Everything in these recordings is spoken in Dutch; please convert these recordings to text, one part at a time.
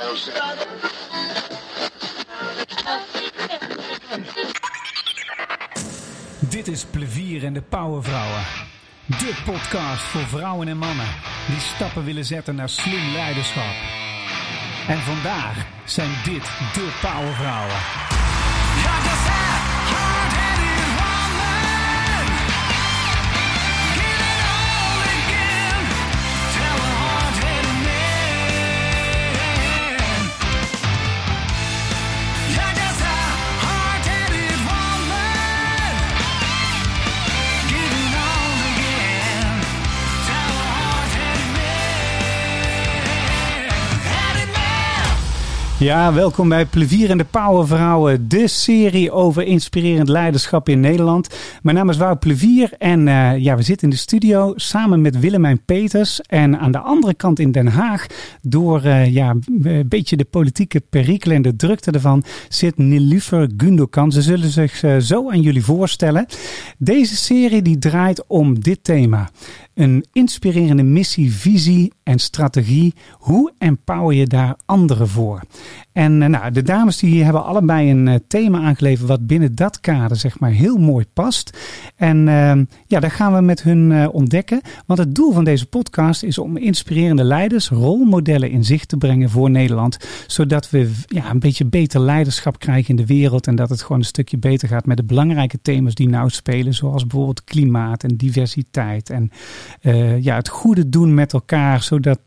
Dit is Plevier en de Powervrouwen. De podcast voor vrouwen en mannen die stappen willen zetten naar slim leiderschap. En vandaag zijn dit de Powervrouwen. Ja, welkom bij Plevier en de Powervrouwen, de serie over inspirerend leiderschap in Nederland. Mijn naam is Wout Plevier en we zitten in de studio samen met Willemijn Peters. En aan de andere kant in Den Haag, door een beetje de politieke perikelen en de drukte ervan, zit Nilüfer Gundogan. Ze zullen zich zo aan jullie voorstellen. Deze serie die draait om dit thema. Een inspirerende missie, visie en strategie. Hoe empower je daar anderen voor? En de dames die hebben allebei een thema aangeleverd wat binnen dat kader zeg maar heel mooi past. En dat gaan we met hun ontdekken. Want het doel van deze podcast is om inspirerende leiders, rolmodellen in zicht te brengen voor Nederland. Zodat we een beetje beter leiderschap krijgen in de wereld. En dat het gewoon een stukje beter gaat met de belangrijke thema's die nou spelen. Zoals bijvoorbeeld klimaat en diversiteit. En het goede doen met elkaar. Zodat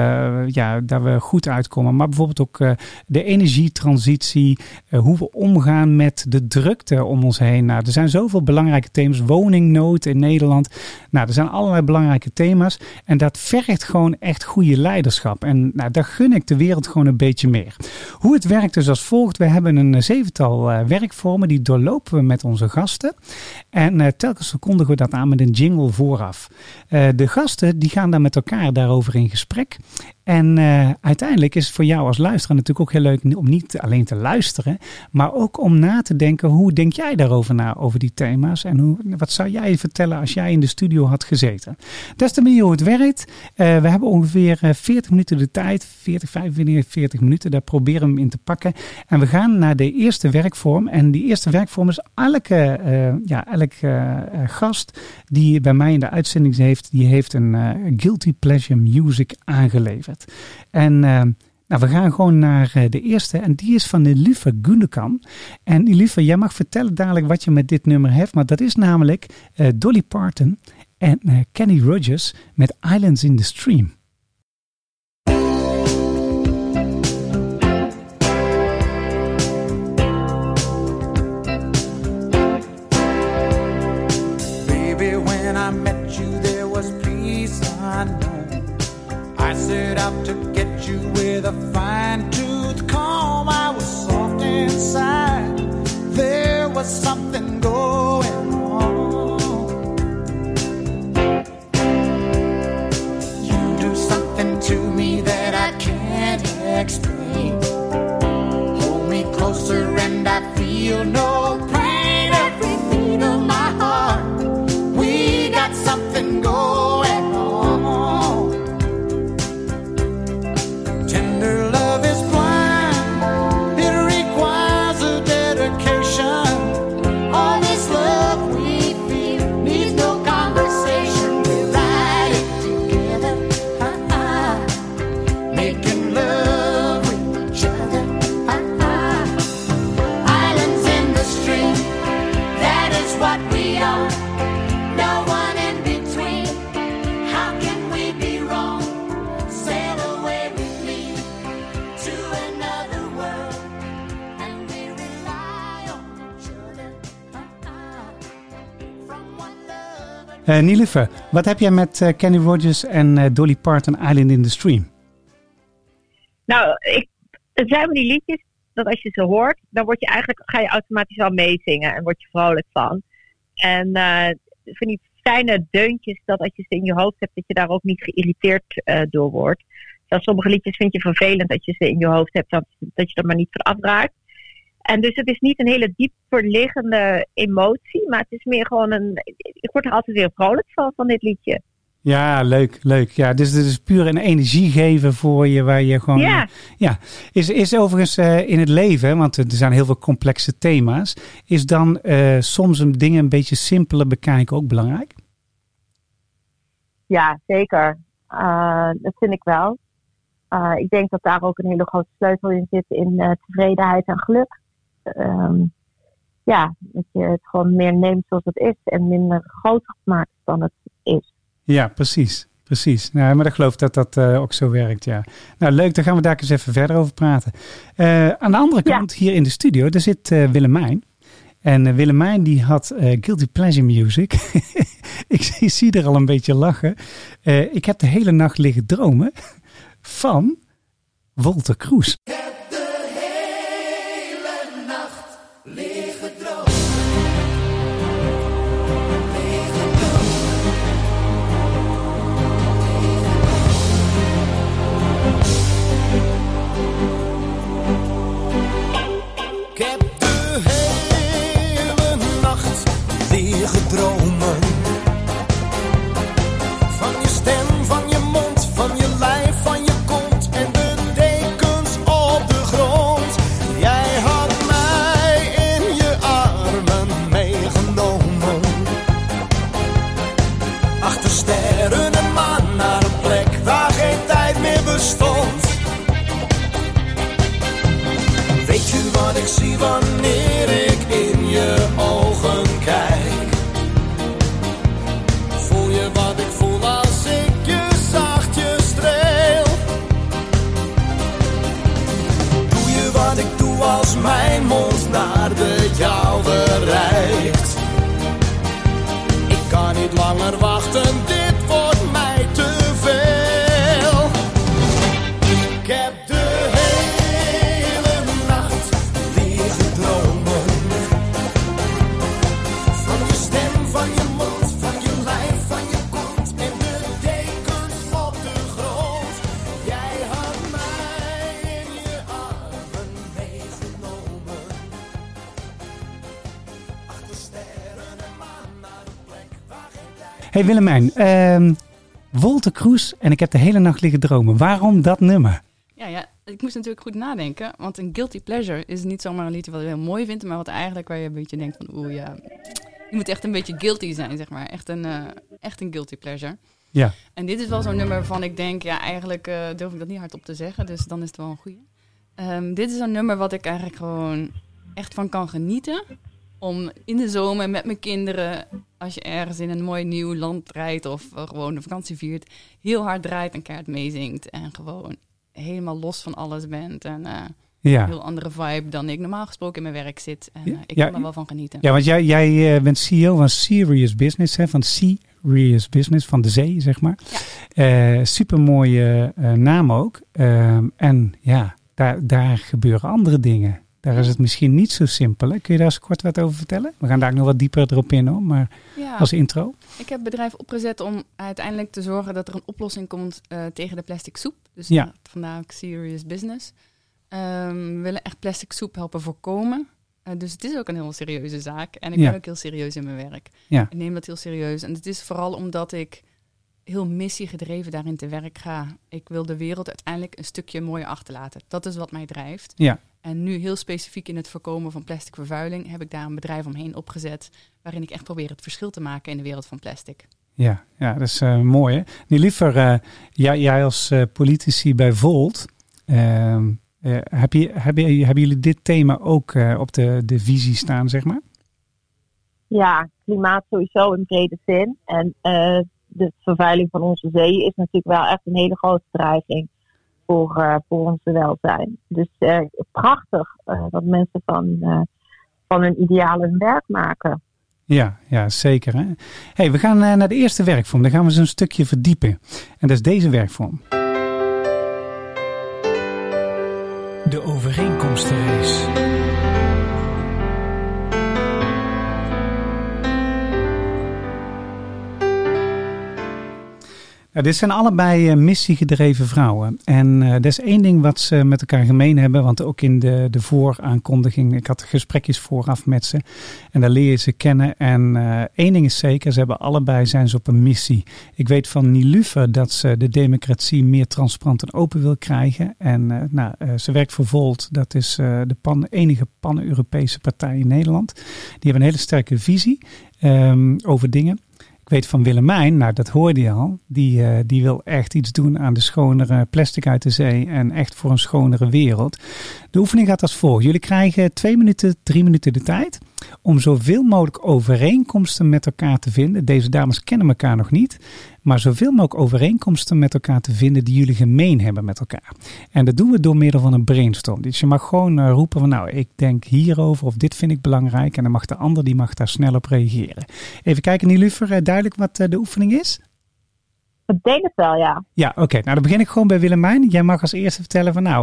dat we goed uitkomen. Maar bijvoorbeeld ook de energietransitie, hoe we omgaan met de drukte om ons heen. Nou, er zijn zoveel belangrijke thema's. Woningnood in Nederland. Nou, er zijn allerlei belangrijke thema's. En dat vergt gewoon echt goede leiderschap. En daar gun ik de wereld gewoon een beetje meer. Hoe het werkt dus als volgt. We hebben een 7-tal werkvormen. Die doorlopen we met onze gasten. En telkens verkondigen we dat aan met een jingle vooraf. De gasten die gaan dan met elkaar daarover in gesprek. En uiteindelijk is het voor jou als luisteraar natuurlijk ook heel leuk om niet alleen te luisteren, maar ook om na te denken, hoe denk jij daarover na, over die thema's? En wat zou jij vertellen als jij in de studio had gezeten? Dat is de manier hoe het werkt. We hebben ongeveer 40 minuten de tijd, 45 minuten, daar proberen we hem in te pakken. En we gaan naar de eerste werkvorm. En die eerste werkvorm is elke gast die bij mij in de uitzending heeft, die heeft een Guilty Pleasure Music aangeleverd. En we gaan gewoon naar de eerste. En die is van Nilüfer Gundogan. En Nilüfer, jij mag vertellen dadelijk wat je met dit nummer hebt. Maar dat is namelijk Dolly Parton en Kenny Rogers met Islands in the Stream. Baby, when I met you there was peace unknown. I set out to get you with a fine-tooth comb. I was soft inside. There was something going on. You do something to me that I can't explain. Hold me closer and I feel no pain. Every beat of my heart, we got something going on. Tender love is blind, it requires a dedication. All this love we feel needs no conversation. We light it together, making love with each other. Islands in the stream, that is what we are. No one in between. How can we be wrong? Sail away with me to another world, and we rely on each other. From one love. Nilüfer, wat heb jij met Kenny Rogers en Dolly Parton Island in the Stream? Nou, het zijn van die liedjes dat als je ze hoort, dan ga je automatisch al meezingen en word je vrolijk van. En van die fijne deuntjes, dat als je ze in je hoofd hebt, dat je daar ook niet geïrriteerd door wordt. Zelfs sommige liedjes vind je vervelend dat je ze in je hoofd hebt, dat je er maar niet van afraakt. En dus het is niet een hele dieper liggende emotie, maar het is meer gewoon ik word er altijd weer vrolijk van dit liedje. Ja, leuk. Ja, dus het is puur een energie geven voor je, waar je gewoon... Ja. Is overigens in het leven, want er zijn heel veel complexe thema's, is dan soms dingen een beetje simpeler bekijken ook belangrijk? Ja, zeker. Dat vind ik wel. Ik denk dat daar ook een hele grote sleutel in zit in tevredenheid en geluk. Dat je het gewoon meer neemt zoals het is en minder groter maakt dan het is. Ja, precies. Nou, maar ik geloof dat dat ook zo werkt, ja. Nou, leuk, dan gaan we daar eens even verder over praten. Aan de andere kant, hier in de studio, daar zit Willemijn. En Willemijn die had Guilty Pleasure Music. Ik zie er al een beetje lachen. Ik heb de hele nacht liggen dromen van Wolter Kroes. Ik heb de hele nacht liggen dromen. Ik heb de hele nacht liggen dromen. Van je stem, van je mond, van je lijf, van je kont en de dekens op de grond. Jij had mij in je armen meegenomen. Achter sterren en maan naar een plek waar geen tijd meer bestond. Weet je wat ik zie wanneer ik in je ogen kijk? Voel je wat ik voel als ik je zachtjes streel? Doe je wat ik doe als mijn mond naar de jouwe reikt? Ik kan niet langer wachten, dit wordt mij te veel. Ik heb de hele nacht liggen dromen. Van je stem, van je mond, van je lijf, van je kont en de dekens op de grond. Jij had mij in je armen meegenomen. Achter sterren en maan naar een plek waar geen tijd... Hey Willemijn, Wolter Kroes en ik heb de hele nacht liggen dromen. Waarom dat nummer? Ja, ik moest natuurlijk goed nadenken. Want een guilty pleasure is niet zomaar een liedje wat je heel mooi vindt, maar wat eigenlijk waar je een beetje denkt van je moet echt een beetje guilty zijn, zeg maar. Echt een guilty pleasure. Ja. En dit is wel zo'n nummer waarvan ik denk, eigenlijk durf ik dat niet hardop te zeggen, dus dan is het wel een goeie. Dit is een nummer wat ik eigenlijk gewoon echt van kan genieten. Om in de zomer met mijn kinderen, als je ergens in een mooi nieuw land rijdt of gewoon de vakantie viert, heel hard draait en keihard meezingt en gewoon helemaal los van alles bent. En een heel andere vibe dan ik normaal gesproken in mijn werk zit. En ik kan er wel van genieten. Ja, want jij bent CEO van Serious Business, hè? Van Serious Business, van de zee, zeg maar. Ja. Supermooie naam ook. En ja, daar gebeuren andere dingen. Daar is het misschien niet zo simpel. Hè? Kun je daar eens kort wat over vertellen? We gaan daar nog wat dieper erop in, hoor, maar als intro. Ik heb het bedrijf opgezet om uiteindelijk te zorgen dat er een oplossing komt tegen de plastic soep. Dus vandaar ook Serious Business. We willen echt plastic soep helpen voorkomen. Dus het is ook een heel serieuze zaak. En ik ben ook heel serieus in mijn werk. Ja. Ik neem dat heel serieus. En het is vooral omdat ik heel missiegedreven daarin te werk ga. Ik wil de wereld uiteindelijk een stukje mooier achterlaten. Dat is wat mij drijft. Ja. En nu heel specifiek in het voorkomen van plastic vervuiling heb ik daar een bedrijf omheen opgezet waarin ik echt probeer het verschil te maken in de wereld van plastic. Ja, dat is mooi, hè? Nu liever, jij als politici bij Volt, hebben jullie dit thema ook op de visie staan, zeg maar? Ja, klimaat sowieso in brede zin. En de vervuiling van onze zee is natuurlijk wel echt een hele grote dreiging voor onze welzijn. Dus prachtig dat mensen van hun idealen hun werk maken. Ja, zeker. Hè? Hey, we gaan naar de eerste werkvorm. Daar gaan we eens een stukje verdiepen. En dat is deze werkvorm. De overeenkomstenrace. Ja, dit zijn allebei missiegedreven vrouwen. En er is één ding wat ze met elkaar gemeen hebben. Want ook in de vooraankondiging, ik had gesprekjes vooraf met ze. En daar leer je ze kennen. En één ding is zeker, zijn ze op een missie. Ik weet van Nilufer dat ze de democratie meer transparant en open wil krijgen. En ze werkt voor Volt. Dat is de enige pan-Europese partij in Nederland. Die hebben een hele sterke visie over dingen. Ik weet van Willemijn, dat hoorde je al, die wil echt iets doen aan de schonere plastic uit de zee en echt voor een schonere wereld. De oefening gaat als volgt. Jullie krijgen 2 minuten, 3 minuten de tijd om zoveel mogelijk overeenkomsten met elkaar te vinden. Deze dames kennen elkaar nog niet, maar zoveel mogelijk overeenkomsten met elkaar te vinden die jullie gemeen hebben met elkaar. En dat doen we door middel van een brainstorm. Dus je mag gewoon roepen van ik denk hierover of dit vind ik belangrijk. En dan mag de ander die mag daar snel op reageren. Even kijken, Nilufer, duidelijk wat de oefening is? Ik denk het wel, ja. Ja, oké. Nou, dan begin ik gewoon bij Willemijn. Jij mag als eerste vertellen van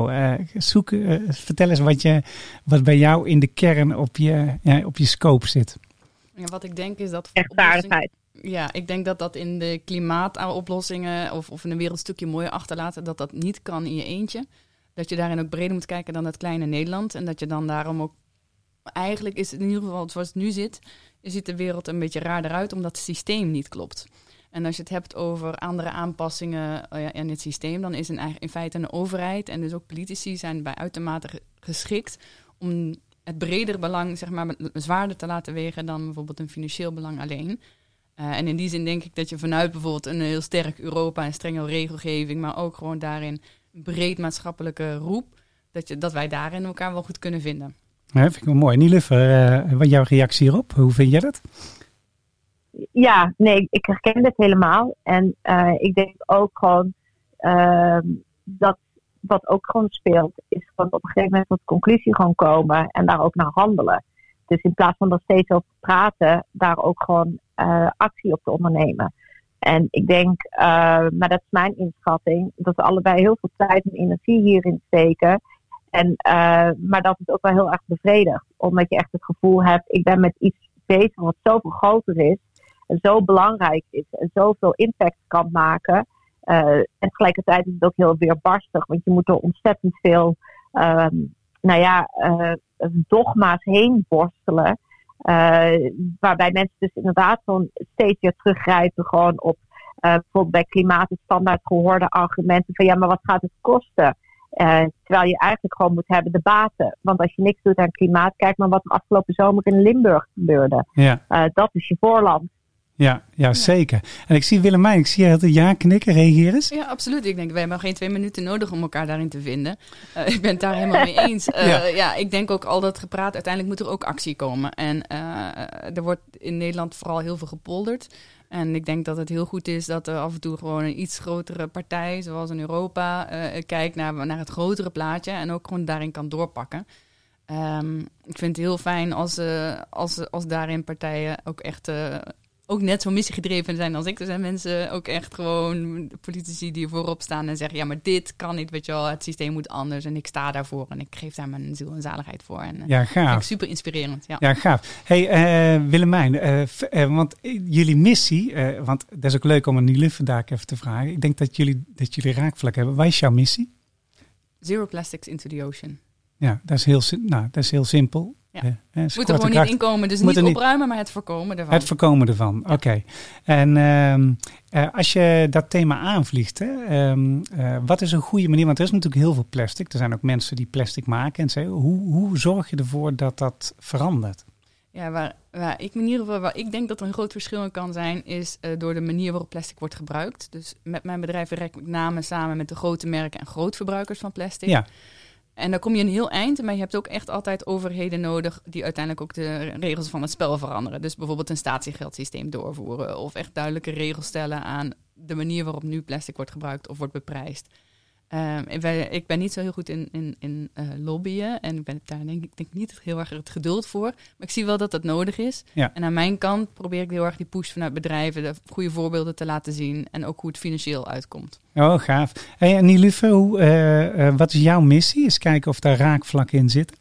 vertel eens wat bij jou in de kern op je scope zit. Ja, wat ik denk is dat... Rechtvaardigheid. Ja, ik denk dat in de klimaatoplossingen of in een wereld een stukje mooier achterlaten, dat niet kan in je eentje. Dat je daarin ook breder moet kijken dan het kleine Nederland. En dat je dan daarom ook... Eigenlijk is het in ieder geval zoals het nu zit, ziet de wereld een beetje raar eruit, omdat het systeem niet klopt. En als je het hebt over andere aanpassingen in het systeem, dan is in feite een overheid en dus ook politici zijn bij uitermate geschikt om het bredere belang zeg maar zwaarder te laten wegen dan bijvoorbeeld een financieel belang alleen. En in die zin denk ik dat je vanuit bijvoorbeeld een heel sterk Europa en strenge regelgeving, maar ook gewoon daarin een breed maatschappelijke roep, dat wij daarin elkaar wel goed kunnen vinden. Ja, vind ik wel mooi. Nilufer, wat jouw reactie hierop? Hoe vind jij dat? Ja, nee, ik herken dit helemaal. En ik denk ook gewoon dat wat ook gewoon speelt, is gewoon op een gegeven moment tot de conclusie gewoon komen en daar ook naar handelen. Dus in plaats van er steeds over te praten, daar ook gewoon actie op te ondernemen. En ik denk, maar dat is mijn inschatting, dat we allebei heel veel tijd en energie hierin steken. En, maar dat het ook wel heel erg bevredigt. Omdat je echt het gevoel hebt, ik ben met iets bezig wat zoveel groter is. En zo belangrijk is. En zoveel impact kan maken. En tegelijkertijd is het ook heel weerbarstig. Want je moet er ontzettend veel dogma's heen worstelen. Waarbij mensen dus inderdaad gewoon steeds weer teruggrijpen. Gewoon op bijvoorbeeld bij klimaat standaard gehoorde argumenten. Van ja, maar wat gaat het kosten? Terwijl je eigenlijk gewoon moet hebben de baten. Want als je niks doet aan klimaat, kijk maar wat er afgelopen zomer in Limburg gebeurde. Ja. Dat is je voorland. Ja, zeker. En ik zie Willemijn, ik zie je het ja knikken, reageer eens. Ja, absoluut. Ik denk, wij hebben geen 2 minuten nodig om elkaar daarin te vinden. Ik ben het daar helemaal mee eens. Ik denk ook al dat gepraat, uiteindelijk moet er ook actie komen. En er wordt in Nederland vooral heel veel gepolderd. En ik denk dat het heel goed is dat er af en toe gewoon een iets grotere partij, zoals in Europa, kijkt naar het grotere plaatje en ook gewoon daarin kan doorpakken. Ik vind het heel fijn als daarin partijen ook echt ook net zo missiegedreven zijn als ik. Er zijn mensen ook echt gewoon politici die voorop staan en zeggen, ja, maar dit kan niet, weet je wel, het systeem moet anders en ik sta daarvoor en ik geef daar mijn ziel en zaligheid voor. En, ja, gaaf. Vind ik super inspirerend. Ja, gaaf. Hey, Willemijn, want jullie missie, want dat is ook leuk om aan Nilufer daar even te vragen. Ik denk dat jullie raakvlak hebben. Wat is jouw missie? Zero plastics into the ocean. Ja, dat is heel simpel. Ja. Moet er gewoon niet inkomen, dus niet opruimen, maar het voorkomen ervan. Het voorkomen ervan, ja. Oké. En als je dat thema aanvliegt, wat is een goede manier? Want er is natuurlijk heel veel plastic. Er zijn ook mensen die plastic maken. En zeggen, hoe zorg je ervoor dat dat verandert? Ja, waar ik denk dat er een groot verschil in kan zijn, is door de manier waarop plastic wordt gebruikt. Dus met mijn bedrijf werk ik met name samen met de grote merken en grootverbruikers van plastic. Ja. En dan kom je een heel eind, maar je hebt ook echt altijd overheden nodig die uiteindelijk ook de regels van het spel veranderen. Dus bijvoorbeeld een statiegeldsysteem doorvoeren of echt duidelijke regels stellen aan de manier waarop nu plastic wordt gebruikt of wordt beprijsd. Ik ben niet zo heel goed in lobbyen en ik ben daar denk ik niet heel erg het geduld voor. Maar ik zie wel dat dat nodig is. Ja. En aan mijn kant probeer ik heel erg die push vanuit bedrijven, de goede voorbeelden te laten zien en ook hoe het financieel uitkomt. Oh, gaaf. Hey, en Nilufer, wat is jouw missie? Eens kijken of daar raakvlakken in zitten.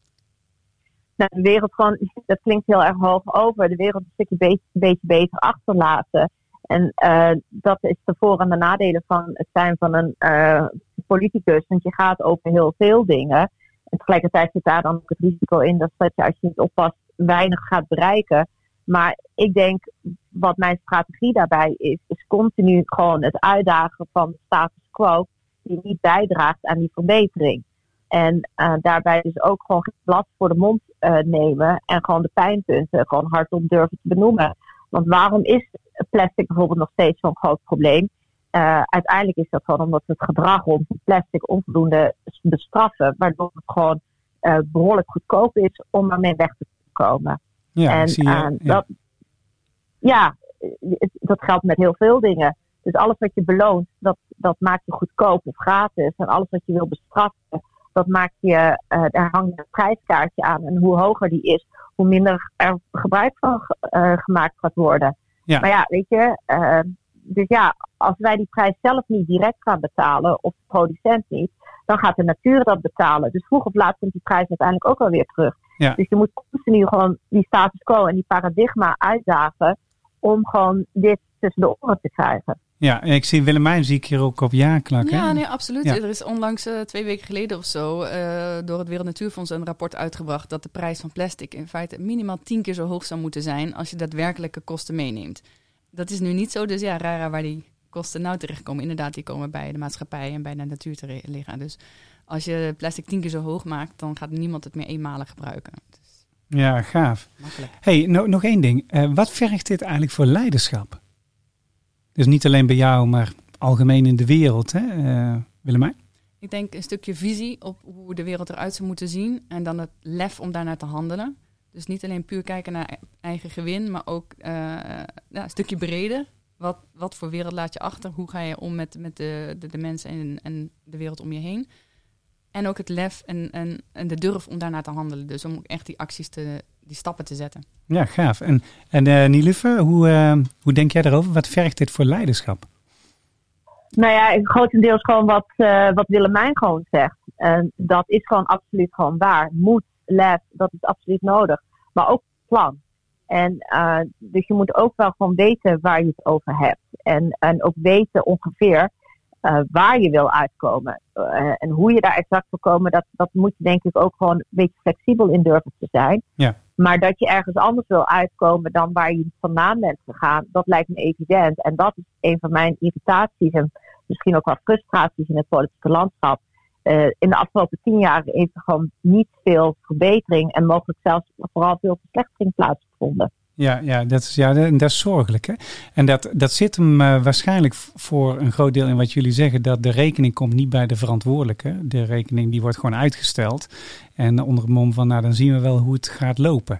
Nou, de wereld gewoon, dat klinkt heel erg hoog over. De wereld een stukje beetje beter achterlaten. En dat is de voor- en de nadelen van het zijn van een politicus. Want je gaat over heel veel dingen. En tegelijkertijd zit daar dan ook het risico in dat je, als je niet oppast, weinig gaat bereiken. Maar ik denk, wat mijn strategie daarbij is continu gewoon het uitdagen van de status quo die niet bijdraagt aan die verbetering. En daarbij dus ook gewoon geen blad voor de mond nemen en gewoon de pijnpunten gewoon hardop durven te benoemen. Want waarom is plastic bijvoorbeeld nog steeds zo'n groot probleem? Uiteindelijk is dat gewoon omdat we het gedrag rond plastic onvoldoende bestraffen, waardoor het gewoon behoorlijk goedkoop is om ermee weg te komen. Ja, en zie je, dat geldt met heel veel dingen. Dus alles wat je beloont, dat maakt je goedkoop of gratis. En alles wat je wil bestraffen, dat maakt je, daar hang je een prijskaartje aan. En hoe hoger die is, hoe minder er gebruik van gemaakt gaat worden. Ja. Maar ja, weet je, dus ja, als wij die prijs zelf niet direct gaan betalen, of de producent niet, dan gaat de natuur dat betalen. Dus vroeg of laat komt die prijs uiteindelijk ook wel weer terug. Ja. Dus je moet continu gewoon die status quo en die paradigma uitdagen om gewoon dit tussen de oren te krijgen. Ja, en ik zie Willemijn zie ik hier ook op ja klakken. Ja, nee, absoluut. Ja. Er is onlangs 2 weken geleden of zo door het Wereld Natuurfonds een rapport uitgebracht dat de prijs van plastic in feite minimaal 10 keer zo hoog zou moeten zijn als je daadwerkelijke kosten meeneemt. Dat is nu niet zo, dus ja, rara waar die kosten nou terechtkomen. Inderdaad, die komen bij de maatschappij en bij de natuur te liggen. Dus als je plastic 10 keer zo hoog maakt, dan gaat niemand het meer eenmalig gebruiken. Dus Ja, gaaf. makkelijk. Hey, nog één ding. Wat vergt dit eigenlijk voor leiderschap? Dus niet alleen bij jou, maar algemeen in de wereld, hè, Willemijn? Ik denk een stukje visie op hoe de wereld eruit zou moeten zien. En dan het lef om daarnaar te handelen. Dus niet alleen puur kijken naar eigen gewin, maar ook een stukje breder. Wat voor wereld laat je achter? Hoe ga je om met de mensen en de wereld om je heen? En ook het lef en de durf om daarnaar te handelen. Dus om ook echt die acties, die stappen te zetten. Ja, gaaf. En Nilufe, hoe denk jij daarover? Wat vergt dit voor leiderschap? Nou ja, grotendeels gewoon wat Willemijn gewoon zegt. Dat is gewoon absoluut gewoon waar. Moed, lef, dat is absoluut nodig. Maar ook plan. En dus je moet ook wel gewoon weten waar je het over hebt. En ook weten ongeveer waar je wil uitkomen. En hoe je daar exact wil komen, dat moet je denk ik ook gewoon een beetje flexibel in durven te zijn. Ja. Maar dat je ergens anders wil uitkomen dan waar je vandaan bent gegaan, dat lijkt me evident. En dat is een van mijn irritaties en misschien ook wel frustraties in het politieke landschap. In de afgelopen 10 jaar heeft er gewoon niet veel verbetering en mogelijk zelfs vooral veel verslechtering plaatsgevonden. Ja, dat is zorgelijk. Hè? En dat zit hem waarschijnlijk voor een groot deel in wat jullie zeggen, dat de rekening komt niet bij de verantwoordelijke. De rekening die wordt gewoon uitgesteld. En onder het mom van, nou dan zien we wel hoe het gaat lopen.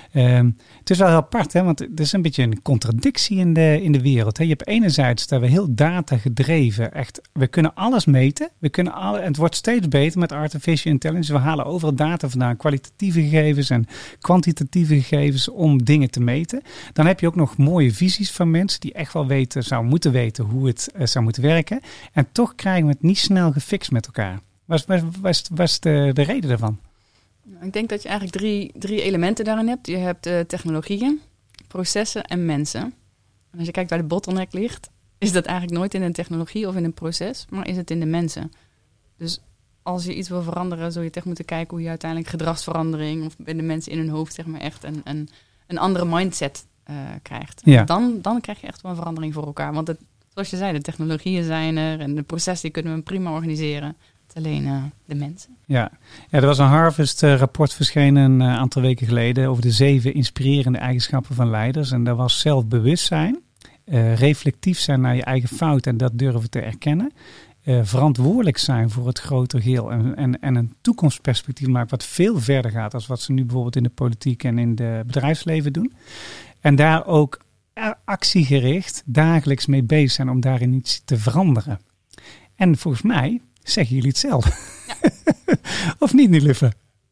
Het is wel heel apart, hè? Want er is een beetje een contradictie in de wereld. Hè? Je hebt enerzijds dat we heel data gedreven, echt, we kunnen alles meten. En het wordt steeds beter met artificial intelligence. We halen overal data vandaan, kwalitatieve gegevens en kwantitatieve gegevens om dingen te meten. Dan heb je ook nog mooie visies van mensen die echt wel zouden moeten weten hoe het zou moeten werken. En toch krijgen we het niet snel gefixt met elkaar. Wat is de reden daarvan? Ik denk dat je eigenlijk drie elementen daarin hebt. Je hebt technologieën, processen en mensen. En als je kijkt waar de bottleneck ligt, is dat eigenlijk nooit in een technologie of in een proces, maar is het in de mensen. Dus als je iets wil veranderen, zul je echt moeten kijken hoe je uiteindelijk gedragsverandering of bij de mensen in hun hoofd zeg maar echt een andere mindset krijgt. Ja. Dan krijg je echt wel een verandering voor elkaar. Want zoals je zei, de technologieën zijn er en de processen die kunnen we prima organiseren. Het is alleen de mensen. Ja, er was een Harvard-rapport verschenen een aantal weken geleden over de 7 inspirerende eigenschappen van leiders. En dat was zelfbewustzijn, reflectief zijn naar je eigen fout en dat durven te erkennen. Verantwoordelijk zijn voor het grotere geheel en een toekomstperspectief maken wat veel verder gaat dan wat ze nu bijvoorbeeld in de politiek en in het bedrijfsleven doen. En daar ook actiegericht dagelijks mee bezig zijn om daarin iets te veranderen. En volgens mij zeggen jullie hetzelfde. Ja. Of niet, Nilufe?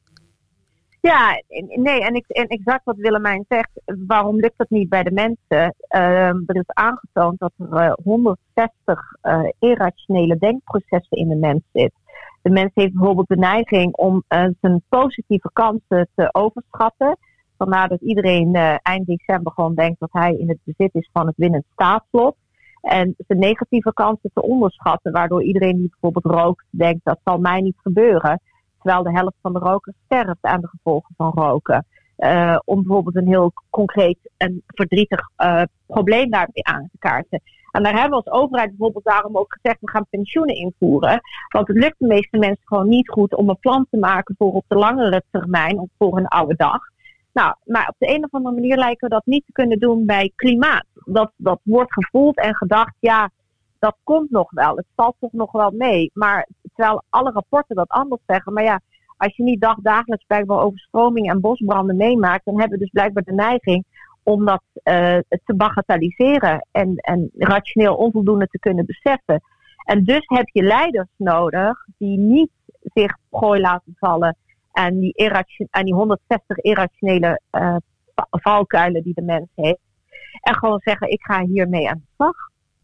Ja, nee, en exact wat Willemijn zegt, waarom lukt dat niet bij de mensen? Er is aangetoond dat er 160 irrationele denkprocessen in de mens zit. De mens heeft bijvoorbeeld de neiging om zijn positieve kansen te overschatten. Vandaar dat iedereen eind december gewoon denkt dat hij in het bezit is van het winnend staatslot. En de negatieve kansen te onderschatten, waardoor iedereen die bijvoorbeeld rookt denkt dat zal mij niet gebeuren. Terwijl de helft van de rokers sterft aan de gevolgen van roken. Om bijvoorbeeld een heel concreet en verdrietig probleem daarmee aan te kaarten. En daar hebben we als overheid bijvoorbeeld daarom ook gezegd, we gaan pensioenen invoeren. Want het lukt de meeste mensen gewoon niet goed om een plan te maken voor op de langere termijn of voor een oude dag. Nou, maar op de een of andere manier lijken we dat niet te kunnen doen bij klimaat. Dat wordt gevoeld en gedacht, ja, dat komt nog wel. Het valt toch nog wel mee. Maar terwijl alle rapporten dat anders zeggen. Maar ja, als je niet dagelijks blijkbaar overstromingen en bosbranden meemaakt, dan hebben we dus blijkbaar de neiging om dat te bagatelliseren en rationeel onvoldoende te kunnen beseffen. En dus heb je leiders nodig die niet zich prooi laten vallen aan die 160 irrationele valkuilen die de mens heeft. En gewoon zeggen, ik ga hiermee aan de slag.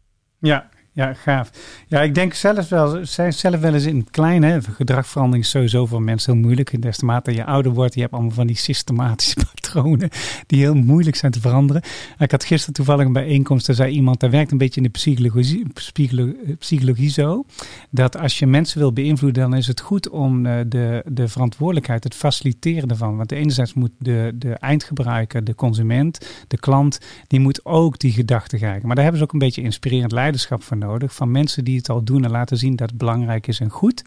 Ja, gaaf. Ja, ik denk zelf wel eens in het klein. Hè. Gedragverandering is sowieso voor mensen heel moeilijk. Des te mate je ouder wordt, je hebt allemaal van die systematische patronen die heel moeilijk zijn te veranderen. Ik had gisteren toevallig een bijeenkomst, daar zei iemand, daar werkt een beetje in de psychologie zo, dat als je mensen wil beïnvloeden, dan is het goed om de verantwoordelijkheid, het faciliteren ervan. Want enerzijds moet de eindgebruiker, de consument, de klant, die moet ook die gedachten krijgen. Maar daar hebben ze ook een beetje inspirerend leiderschap voor nodig, van mensen die het al doen en laten zien dat het belangrijk is en goed.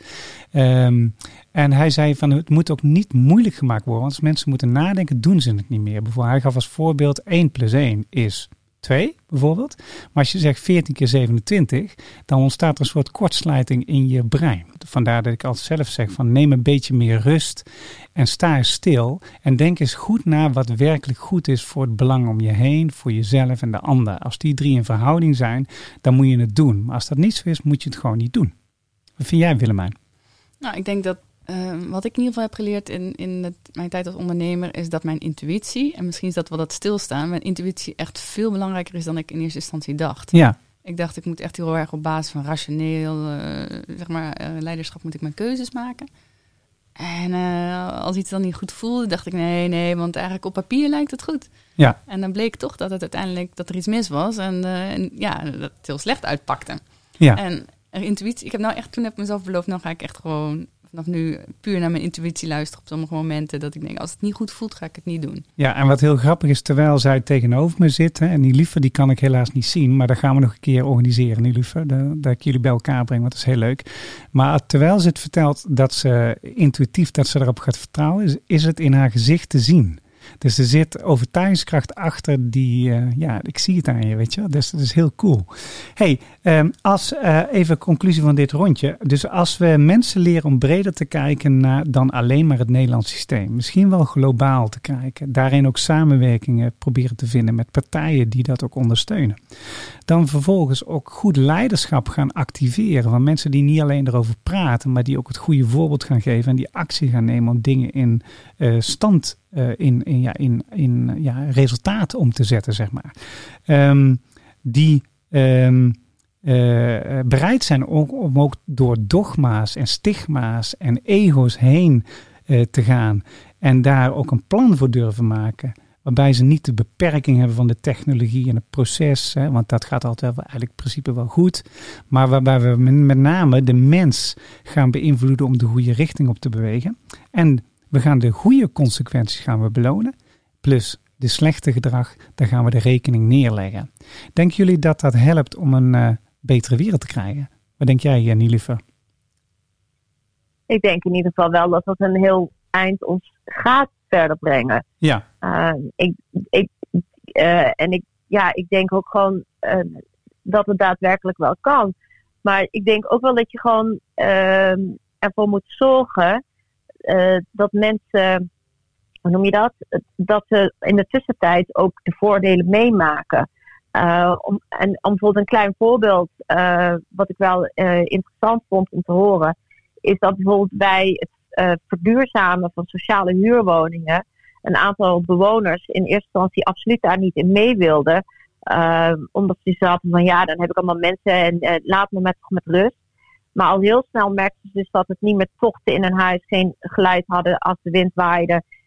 En hij zei van, het moet ook niet moeilijk gemaakt worden, want als mensen moeten nadenken, doen ze het niet meer. Bijvoorbeeld, hij gaf als voorbeeld 1 + 1 is 2, bijvoorbeeld. Maar als je zegt 14 keer 27, dan ontstaat er een soort kortsluiting in je brein. Vandaar dat ik altijd zelf zeg van, neem een beetje meer rust en sta eens stil en denk eens goed na wat werkelijk goed is voor het belang om je heen, voor jezelf en de ander. Als die 3 in verhouding zijn, dan moet je het doen. Maar als dat niet zo is, moet je het gewoon niet doen. Wat vind jij, Willemijn? Nou, ik denk dat wat ik in ieder geval heb geleerd in mijn tijd als ondernemer, is dat mijn intuïtie, en misschien is dat wel dat stilstaan, mijn intuïtie echt veel belangrijker is dan ik in eerste instantie dacht. Ja. Ik dacht, ik moet echt heel erg op basis van rationeel leiderschap moet ik mijn keuzes maken. En als iets dan niet goed voelde, dacht ik nee, want eigenlijk op papier lijkt het goed. Ja. En dan bleek toch dat het uiteindelijk dat er iets mis was en dat het heel slecht uitpakte. Ja. En intuïtie, ik heb nou echt, toen heb ik mezelf beloofd, nou ga ik echt gewoon vanaf nu puur naar mijn intuïtie luisteren op sommige momenten. Dat ik denk, als het niet goed voelt, ga ik het niet doen. Ja, en wat heel grappig is, terwijl zij tegenover me zit, hè, en die Lieve, die kan ik helaas niet zien, maar dat gaan we nog een keer organiseren, die Lieve, dat ik jullie bij elkaar breng, want dat is heel leuk. Maar terwijl ze het vertelt dat ze intuïtief dat ze erop gaat vertrouwen, is het in haar gezicht te zien. Dus er zit overtuigingskracht achter die, ik zie het aan je, weet je. Dus dat is heel cool. Hey, even conclusie van dit rondje. Dus als we mensen leren om breder te kijken naar dan alleen maar het Nederlands systeem. Misschien wel globaal te kijken. Daarin ook samenwerkingen proberen te vinden met partijen die dat ook ondersteunen. Dan vervolgens ook goed leiderschap gaan activeren van mensen die niet alleen erover praten, maar die ook het goede voorbeeld gaan geven en die actie gaan nemen om dingen in stand in resultaten om te zetten, zeg maar. Die bereid zijn om ook door dogma's en stigma's en ego's heen te gaan en daar ook een plan voor durven maken. Waarbij ze niet de beperking hebben van de technologie en het proces. Hè, want dat gaat altijd wel eigenlijk in principe wel goed. Maar waarbij we met name de mens gaan beïnvloeden om de goede richting op te bewegen. En we gaan de goede consequenties gaan we belonen. Plus de slechte gedrag, daar gaan we de rekening neerleggen. Denken jullie dat dat helpt om een betere wereld te krijgen? Wat denk jij, Nilieve? Ik denk in ieder geval wel dat dat een heel eind ons gaat verder brengen. Ja. Ik denk ook gewoon dat het daadwerkelijk wel kan. Maar ik denk ook wel dat je gewoon ervoor moet zorgen dat mensen, hoe noem je dat? Dat ze in de tussentijd ook de voordelen meemaken. Om bijvoorbeeld een klein voorbeeld, wat ik wel interessant vond om te horen, is dat bijvoorbeeld bij het verduurzamen van sociale huurwoningen een aantal bewoners in eerste instantie absoluut daar niet in mee wilden. Omdat ze zaten van dan heb ik allemaal mensen en laat me met rust. Maar al heel snel merkten ze dus dat het niet met tochten in een huis geen geluid hadden als de wind waaide.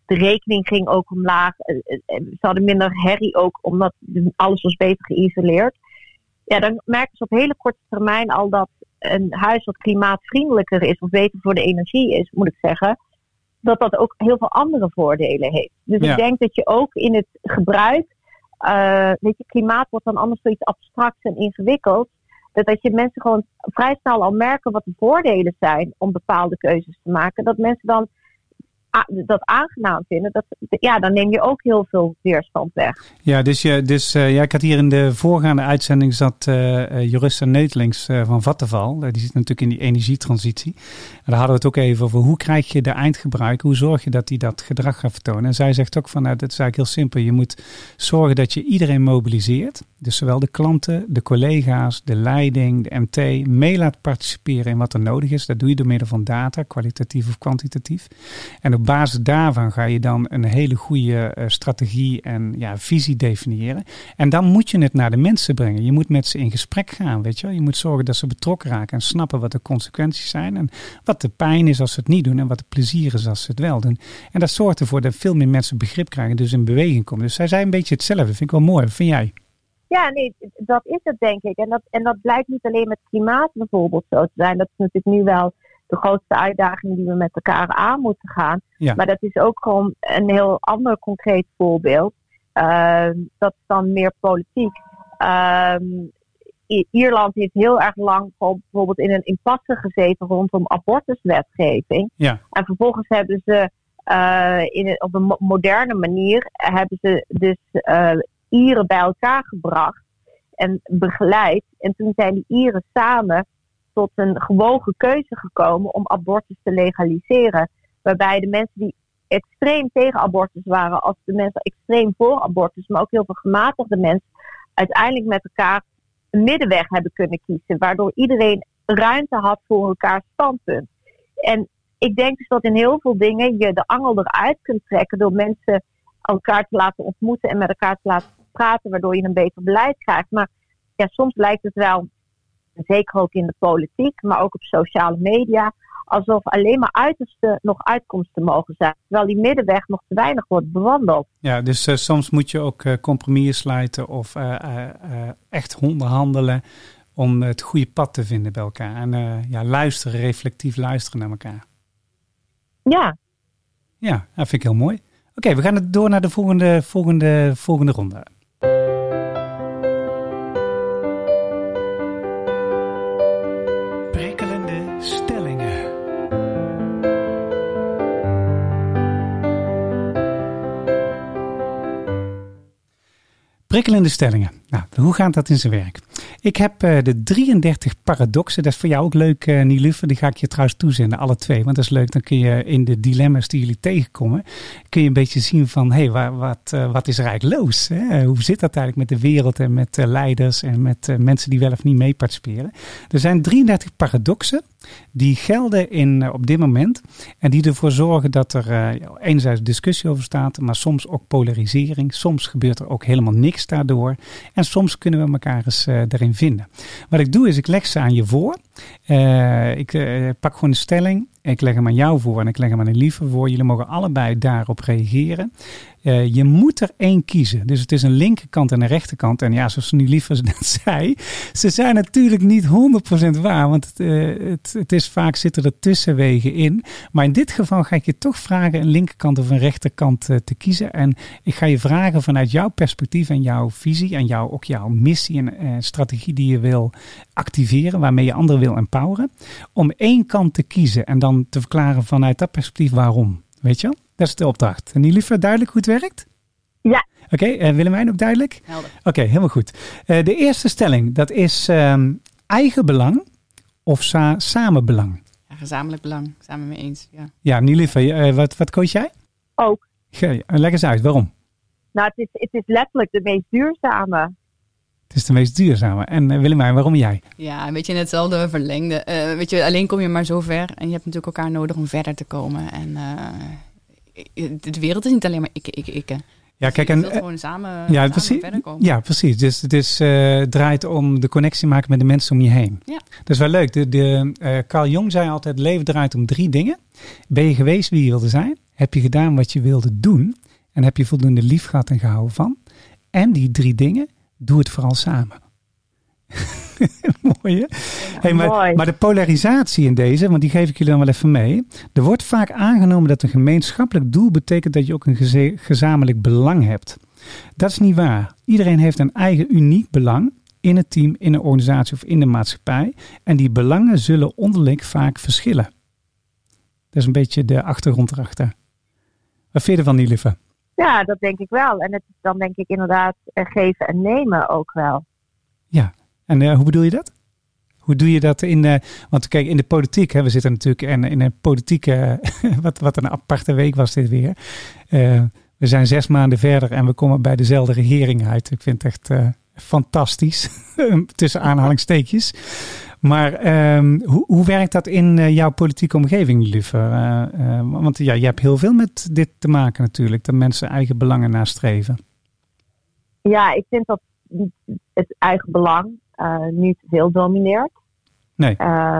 De rekening ging ook omlaag. Ze hadden minder herrie ook, omdat alles was beter geïsoleerd. Ja, dan merken ze op hele korte termijn al dat een huis wat klimaatvriendelijker is, of beter voor de energie is, moet ik zeggen, dat ook heel veel andere voordelen heeft. Dus ik denk dat je ook in het gebruik, klimaat wordt dan anders zoiets abstracts en ingewikkelds, dat je mensen gewoon vrij snel al merken wat de voordelen zijn om bepaalde keuzes te maken. Dat mensen dan dat aangenaam vinden, dan neem je ook heel veel weerstand weg. Ja, ik had hier in de voorgaande uitzending zat Jurista Neutelings van Vattenfall. Die zit natuurlijk in die energietransitie. En daar hadden we het ook even over hoe krijg je de eindgebruiker, hoe zorg je dat die dat gedrag gaat vertonen. En zij zegt ook van, dat is eigenlijk heel simpel. Je moet zorgen dat je iedereen mobiliseert. Dus zowel de klanten, de collega's, de leiding, de MT, mee laat participeren in wat er nodig is. Dat doe je door middel van data, kwalitatief of kwantitatief. En op basis daarvan ga je dan een hele goede strategie en visie definiëren. En dan moet je het naar de mensen brengen. Je moet met ze in gesprek gaan, weet je wel. Je moet zorgen dat ze betrokken raken en snappen wat de consequenties zijn. En wat de pijn is als ze het niet doen en wat de plezier is als ze het wel doen. En dat zorgt ervoor dat veel meer mensen begrip krijgen, dus in beweging komen. Dus zij zei een beetje hetzelfde. Vind ik wel mooi. Wat vind jij? Ja, nee, dat is het denk ik. En dat blijkt niet alleen met klimaat bijvoorbeeld zo te zijn. Dat is natuurlijk nu wel de grootste uitdaging die we met elkaar aan moeten gaan. Ja. Maar dat is ook gewoon een heel ander concreet voorbeeld. Dat is dan meer politiek. Ierland heeft heel erg lang bijvoorbeeld in een impasse gezeten rondom abortuswetgeving. Ja. En vervolgens hebben ze op een moderne manier hebben ze dus Ieren bij elkaar gebracht en begeleid. En toen zijn die Ieren samen tot een gewogen keuze gekomen om abortus te legaliseren. Waarbij de mensen die extreem tegen abortus waren, als de mensen extreem voor abortus, maar ook heel veel gematigde mensen, uiteindelijk met elkaar een middenweg hebben kunnen kiezen. Waardoor iedereen ruimte had voor elkaars standpunt. En ik denk dus dat in heel veel dingen je de angel eruit kunt trekken door mensen elkaar te laten ontmoeten en met elkaar te laten praten, waardoor je een beter beleid krijgt. Maar soms lijkt het wel, zeker ook in de politiek, maar ook op sociale media, alsof alleen maar uiterste nog uitkomsten mogen zijn. Terwijl die middenweg nog te weinig wordt bewandeld. Ja, dus soms moet je ook compromissen sluiten of echt onderhandelen om het goede pad te vinden bij elkaar. En luisteren, reflectief luisteren naar elkaar. Ja. Ja, dat vind ik heel mooi. Oké, we gaan door naar de volgende ronde. Prikkelende stellingen. Prikkelende stellingen. Nou, hoe gaat dat in zijn werk? Ik heb de 33 paradoxen. Dat is voor jou ook leuk, Nilufer. Die ga ik je trouwens toezenden, alle twee. Want dat is leuk. Dan kun je in de dilemma's die jullie tegenkomen, kun je een beetje zien van, wat is er eigenlijk los? Hè? Hoe zit dat eigenlijk met de wereld en met leiders en met mensen die wel of niet mee participeren? Er zijn 33 paradoxen die gelden op dit moment. En die ervoor zorgen dat er enerzijds discussie over staat, maar soms ook polarisering. Soms gebeurt er ook helemaal niks daardoor. En soms kunnen we elkaar eens daarin vinden. Wat ik doe is, ik leg ze aan je voor. Ik pak gewoon een stelling. Ik leg hem aan jou voor en ik leg hem aan Nilufer voor. Jullie mogen allebei daarop reageren. Je moet er één kiezen. Dus het is een linkerkant en een rechterkant. En ja, zoals Nilufer net zei, ze zijn natuurlijk niet 100% waar. Want het is vaak zitten er tussenwegen in. Maar in dit geval ga ik je toch vragen een linkerkant of een rechterkant te kiezen. En ik ga je vragen vanuit jouw perspectief en jouw visie en ook jouw missie en strategie die je wil activeren, waarmee je anderen wil empoweren, om één kant te kiezen en dan te verklaren vanuit dat perspectief waarom. Weet je wel? Dat is de opdracht. En Nilufer, duidelijk hoe het werkt? Ja. Oké, Willemijn ook duidelijk? Helder. Oké, helemaal goed. De eerste stelling, dat is eigen belang of samenbelang? Ja, gezamenlijk belang, samen mee eens. Ja, Nilufer, wat koos jij? Ook. Leg eens uit, waarom? Nou, het is letterlijk de meest duurzame. Het is de meest duurzame. En Willemijn, waarom jij? Ja, een beetje in hetzelfde verlengde. Alleen kom je maar zo ver. En je hebt natuurlijk elkaar nodig om verder te komen. En de wereld is niet alleen maar ik. Ja, kijk, je wilt gewoon samen verder komen. Ja, precies. Dus het draait om de connectie maken met de mensen om je heen. Ja. Dat is wel leuk. Carl Jung zei altijd, het leven draait om 3 dingen. Ben je geweest wie je wilde zijn? heb je gedaan wat je wilde doen en heb je voldoende lief gehad en gehouden van. En die 3 dingen, doe het vooral samen. Mooi, hè? Hey, maar de polarisatie in deze, want die geef ik jullie dan wel even mee. Er wordt vaak aangenomen dat een gemeenschappelijk doel betekent dat je ook een gezamenlijk belang hebt. Dat is niet waar. Iedereen heeft een eigen uniek belang in het team, in een organisatie of in de maatschappij. En die belangen zullen onderling vaak verschillen. Dat is een beetje de achtergrond erachter. Wat vind je ervan, Nilieve? Ja, dat denk ik wel. En het is dan denk ik inderdaad geven en nemen ook wel. Ja, en hoe bedoel je dat? Hoe doe je dat want kijk, in de politiek, hè, we zitten natuurlijk in een politieke, wat een aparte week was dit weer. We zijn 6 maanden verder en we komen bij dezelfde regering uit. Ik vind het echt fantastisch, tussen aanhalingstekens. Maar hoe werkt dat in jouw politieke omgeving, Lieve? Want ja, je hebt heel veel met dit te maken natuurlijk, dat mensen eigen belangen nastreven. Ja, ik vind dat het eigen belang niet te veel domineert. Nee.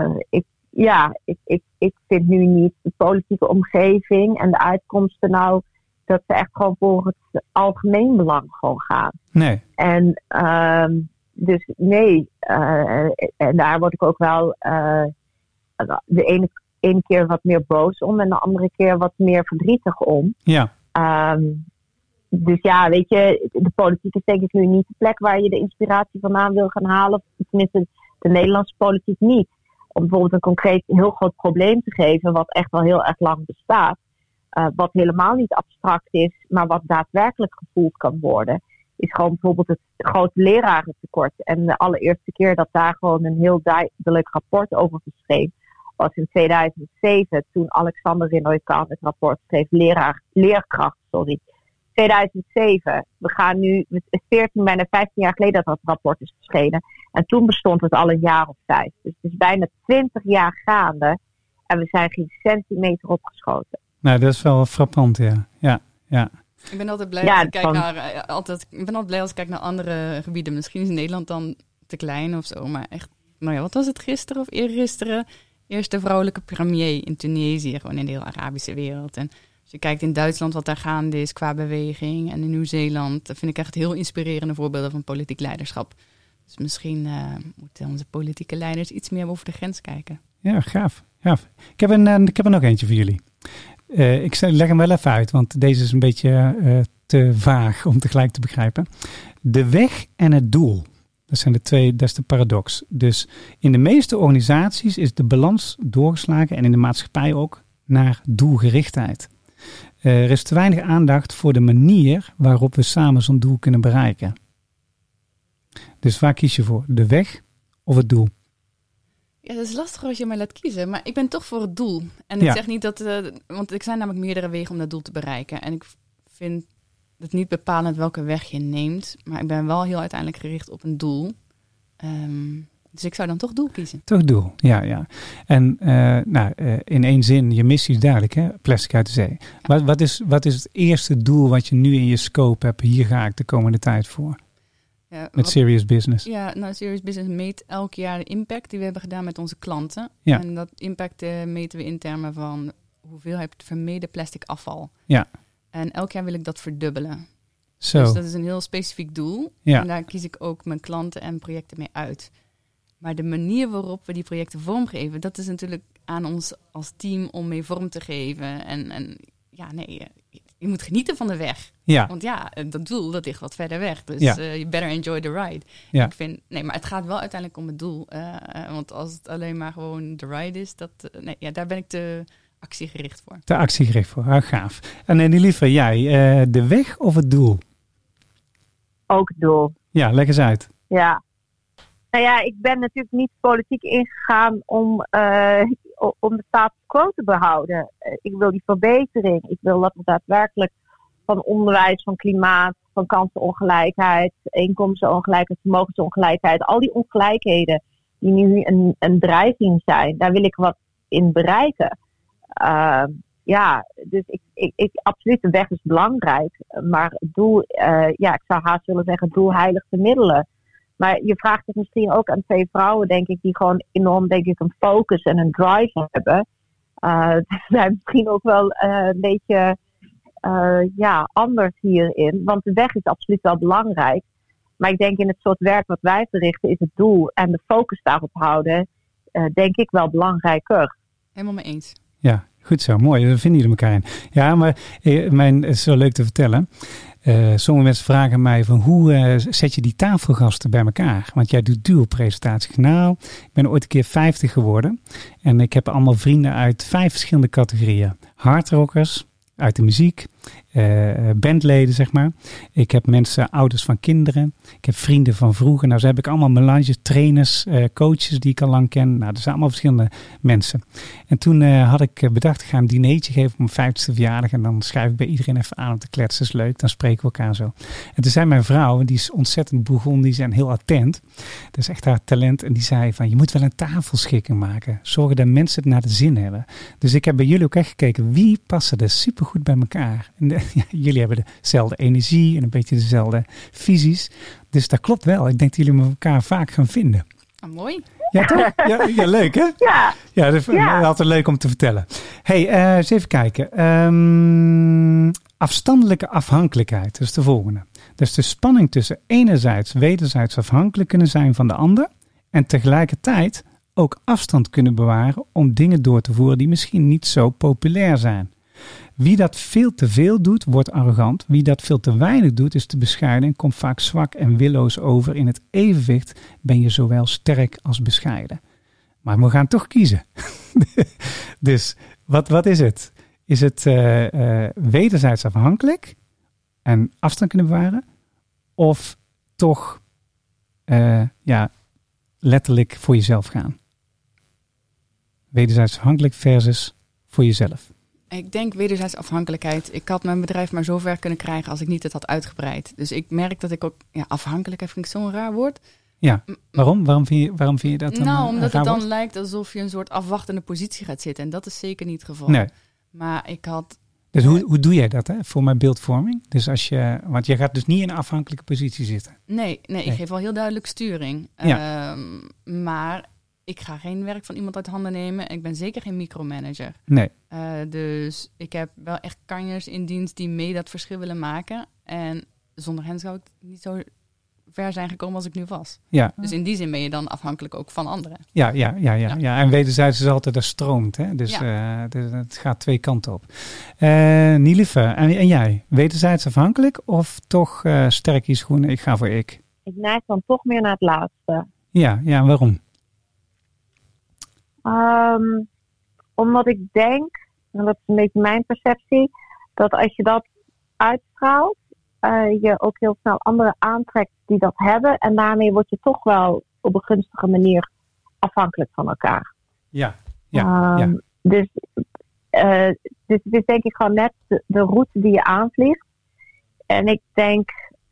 Ik vind nu niet de politieke omgeving en de uitkomsten nou dat ze echt gewoon voor het algemeen belang gewoon gaan. Nee. En dus nee. En daar word ik ook wel de ene keer wat meer boos om en de andere keer wat meer verdrietig om. Ja. Dus ja, weet je, de politiek is denk ik nu niet de plek waar je de inspiratie vandaan wil gaan halen. Tenminste, de Nederlandse politiek niet. Om bijvoorbeeld een concreet heel groot probleem te geven, wat echt wel heel erg lang bestaat. Wat helemaal niet abstract is, maar wat daadwerkelijk gevoeld kan worden. Is gewoon bijvoorbeeld het grote lerarentekort. En de allereerste keer dat daar gewoon een heel duidelijk rapport over verscheen, was in 2007, toen Alexander Renoy-Kahn het rapport schreef, leerkracht. 2007. We gaan nu, het is 14, bijna 15 jaar geleden dat rapport is verschenen. En toen bestond het al een jaar of 5. Dus het is bijna 20 jaar gaande. En we zijn geen centimeter opgeschoten. Nou, dat is wel frappant, ja. Ik ben altijd blij als ik kijk naar andere gebieden. Misschien is Nederland dan te klein of zo. Maar echt, nou ja, wat was het gisteren of eergisteren? Eerste vrouwelijke premier in Tunesië. Gewoon in de hele Arabische wereld. En als je kijkt in Duitsland wat daar gaande is qua beweging. En in Nieuw-Zeeland, dat vind ik echt heel inspirerende voorbeelden van politiek leiderschap. Dus misschien moeten onze politieke leiders iets meer over de grens kijken. Ja, gaaf. Ik heb er nog eentje voor jullie. Ik leg hem wel even uit, want deze is een beetje te vaag om tegelijk te begrijpen. De weg en het doel. Dat zijn de twee, dat is de paradox. Dus in de meeste organisaties is de balans doorgeslagen en in de maatschappij ook naar doelgerichtheid. Er is te weinig aandacht voor de manier waarop we samen zo'n doel kunnen bereiken. Dus waar kies je voor? De weg of het doel? Ja, dat is lastig als je mij laat kiezen, maar ik ben toch voor het doel. En ik zeg niet dat, want er zijn namelijk meerdere wegen om dat doel te bereiken. En ik vind het niet bepalend welke weg je neemt, maar ik ben wel heel uiteindelijk gericht op een doel. Dus ik zou dan toch doel kiezen. Toch doel, ja. En in één zin, je missie is duidelijk, hè? Plastic uit de zee. Wat is het eerste doel wat je nu in je scope hebt? Hier ga ik de komende tijd voor. Ja, met Serious Business. Ja, nou, Serious Business meet elk jaar de impact die we hebben gedaan met onze klanten. Ja. En dat impact meten we in termen van hoeveelheid vermeden plastic afval. Ja. En elk jaar wil ik dat verdubbelen. Zo. Dus dat is een heel specifiek doel. Ja. En daar kies ik ook mijn klanten en projecten mee uit. Maar de manier waarop we die projecten vormgeven, dat is natuurlijk aan ons als team om mee vorm te geven. En ja, nee, je moet genieten van de weg. Ja. Want ja, dat doel, dat ligt wat verder weg. Dus you better enjoy the ride. Ja. Ik vind, nee, maar het gaat wel uiteindelijk om het doel. Want als het alleen maar gewoon de ride is, daar ben ik te actiegericht voor. Te actiegericht voor, gaaf. En Nilieve, jij, de weg of het doel? Ook het doel. Ja, leg eens uit. Ja. Nou ja, ik ben natuurlijk niet politiek ingegaan om de status quo te behouden. Ik wil die verbetering. Ik wil dat we daadwerkelijk van onderwijs, van klimaat, van kansenongelijkheid, inkomensongelijkheid, vermogensongelijkheid, al die ongelijkheden die nu een dreiging zijn, daar wil ik wat in bereiken. Dus ik absoluut, de weg is belangrijk. Maar het doel, ik zou haast willen zeggen, doel heiligt de middelen. Maar je vraagt het misschien ook aan twee vrouwen, denk ik, die gewoon enorm, denk ik, een focus en een drive hebben. We zijn misschien ook wel een beetje anders hierin. Want de weg is absoluut wel belangrijk. Maar ik denk in het soort werk wat wij verrichten is het doel en de focus daarop houden, denk ik wel belangrijker. Helemaal mee eens. Ja, goed zo. Mooi. Daar vinden jullie elkaar in. Ja, maar het is zo leuk te vertellen. Sommige mensen vragen mij van hoe zet je die tafelgasten bij elkaar? Want jij doet duo-presentaties. Nou, ik ben ooit een keer 50 geworden. En ik heb allemaal vrienden uit 5 verschillende categorieën. Hardrockers, uit de muziek, bandleden zeg maar. Ik heb mensen, ouders van kinderen. Ik heb vrienden van vroeger. Nou, zo heb ik allemaal melanges, trainers, coaches die ik al lang ken. Nou, dat zijn allemaal verschillende mensen. En toen had ik bedacht, ik ga een dinertje geven op mijn 50ste verjaardag. En dan schrijf ik bij iedereen even aan om te kletsen. Dat is leuk, dan spreken we elkaar zo. En toen zei mijn vrouw, die is ontzettend bourgondisch en heel attent. Dat is echt haar talent. En die zei van, je moet wel een tafelschikking maken. Zorgen dat mensen het naar de zin hebben. Dus ik heb bij jullie ook echt gekeken, wie passen er supergoed bij elkaar. En jullie hebben dezelfde energie en een beetje dezelfde visies. Dus dat klopt wel. Ik denk dat jullie elkaar vaak gaan vinden. Mooi. Ja, toch? Ja, leuk hè? Ja, dat is altijd leuk om te vertellen. Hey, eens even kijken. Afstandelijke afhankelijkheid, dat is de volgende. Dat is de spanning tussen enerzijds wederzijds afhankelijk kunnen zijn van de ander en tegelijkertijd ook afstand kunnen bewaren om dingen door te voeren die misschien niet zo populair zijn. Wie dat veel te veel doet, wordt arrogant. Wie dat veel te weinig doet, is te bescheiden en komt vaak zwak en willoos over. In het evenwicht ben je zowel sterk als bescheiden. Maar we gaan toch kiezen. Dus wat is het? Is het wederzijds afhankelijk en afstand kunnen bewaren? Of toch letterlijk voor jezelf gaan? Wederzijds afhankelijk versus voor jezelf. Ik denk wederzijds afhankelijkheid. Ik had mijn bedrijf maar zo ver kunnen krijgen als ik niet het had uitgebreid. Dus ik merk dat ik ook... Ja, afhankelijk vind ik zo'n raar woord. Ja, waarom? Waarom vind je dat dan Nou, omdat het dan wordt? lijkt alsof je een soort afwachtende positie gaat zitten. En dat is zeker niet het geval. Nee. Maar ik had... Dus hoe doe jij dat hè, voor mijn beeldvorming? Dus want je gaat dus niet in een afhankelijke positie zitten. Nee, ik geef wel heel duidelijk sturing. Ja. Maar ik ga geen werk van iemand uit handen nemen. Ik ben zeker geen micromanager. Nee. Dus ik heb wel echt kanjers in dienst die mee dat verschil willen maken. En zonder hen zou ik niet zo ver zijn gekomen als ik nu was. Ja. Dus in die zin ben je dan afhankelijk ook van anderen. Ja. En wederzijds is altijd dat stroomt. Hè? Dus het gaat twee kanten op. Nielieve, en jij? Wederzijds afhankelijk of toch sterk je schoenen? Ik ga voor ik. Ik neig dan toch meer naar het laatste. Ja, waarom? Omdat ik denk, en dat is een beetje mijn perceptie, dat als je dat uitstraalt, je ook heel snel anderen aantrekt die dat hebben. En daarmee word je toch wel op een gunstige manier afhankelijk van elkaar. Ja. Dus het is denk ik gewoon net de route die je aanvliegt. En ik denk,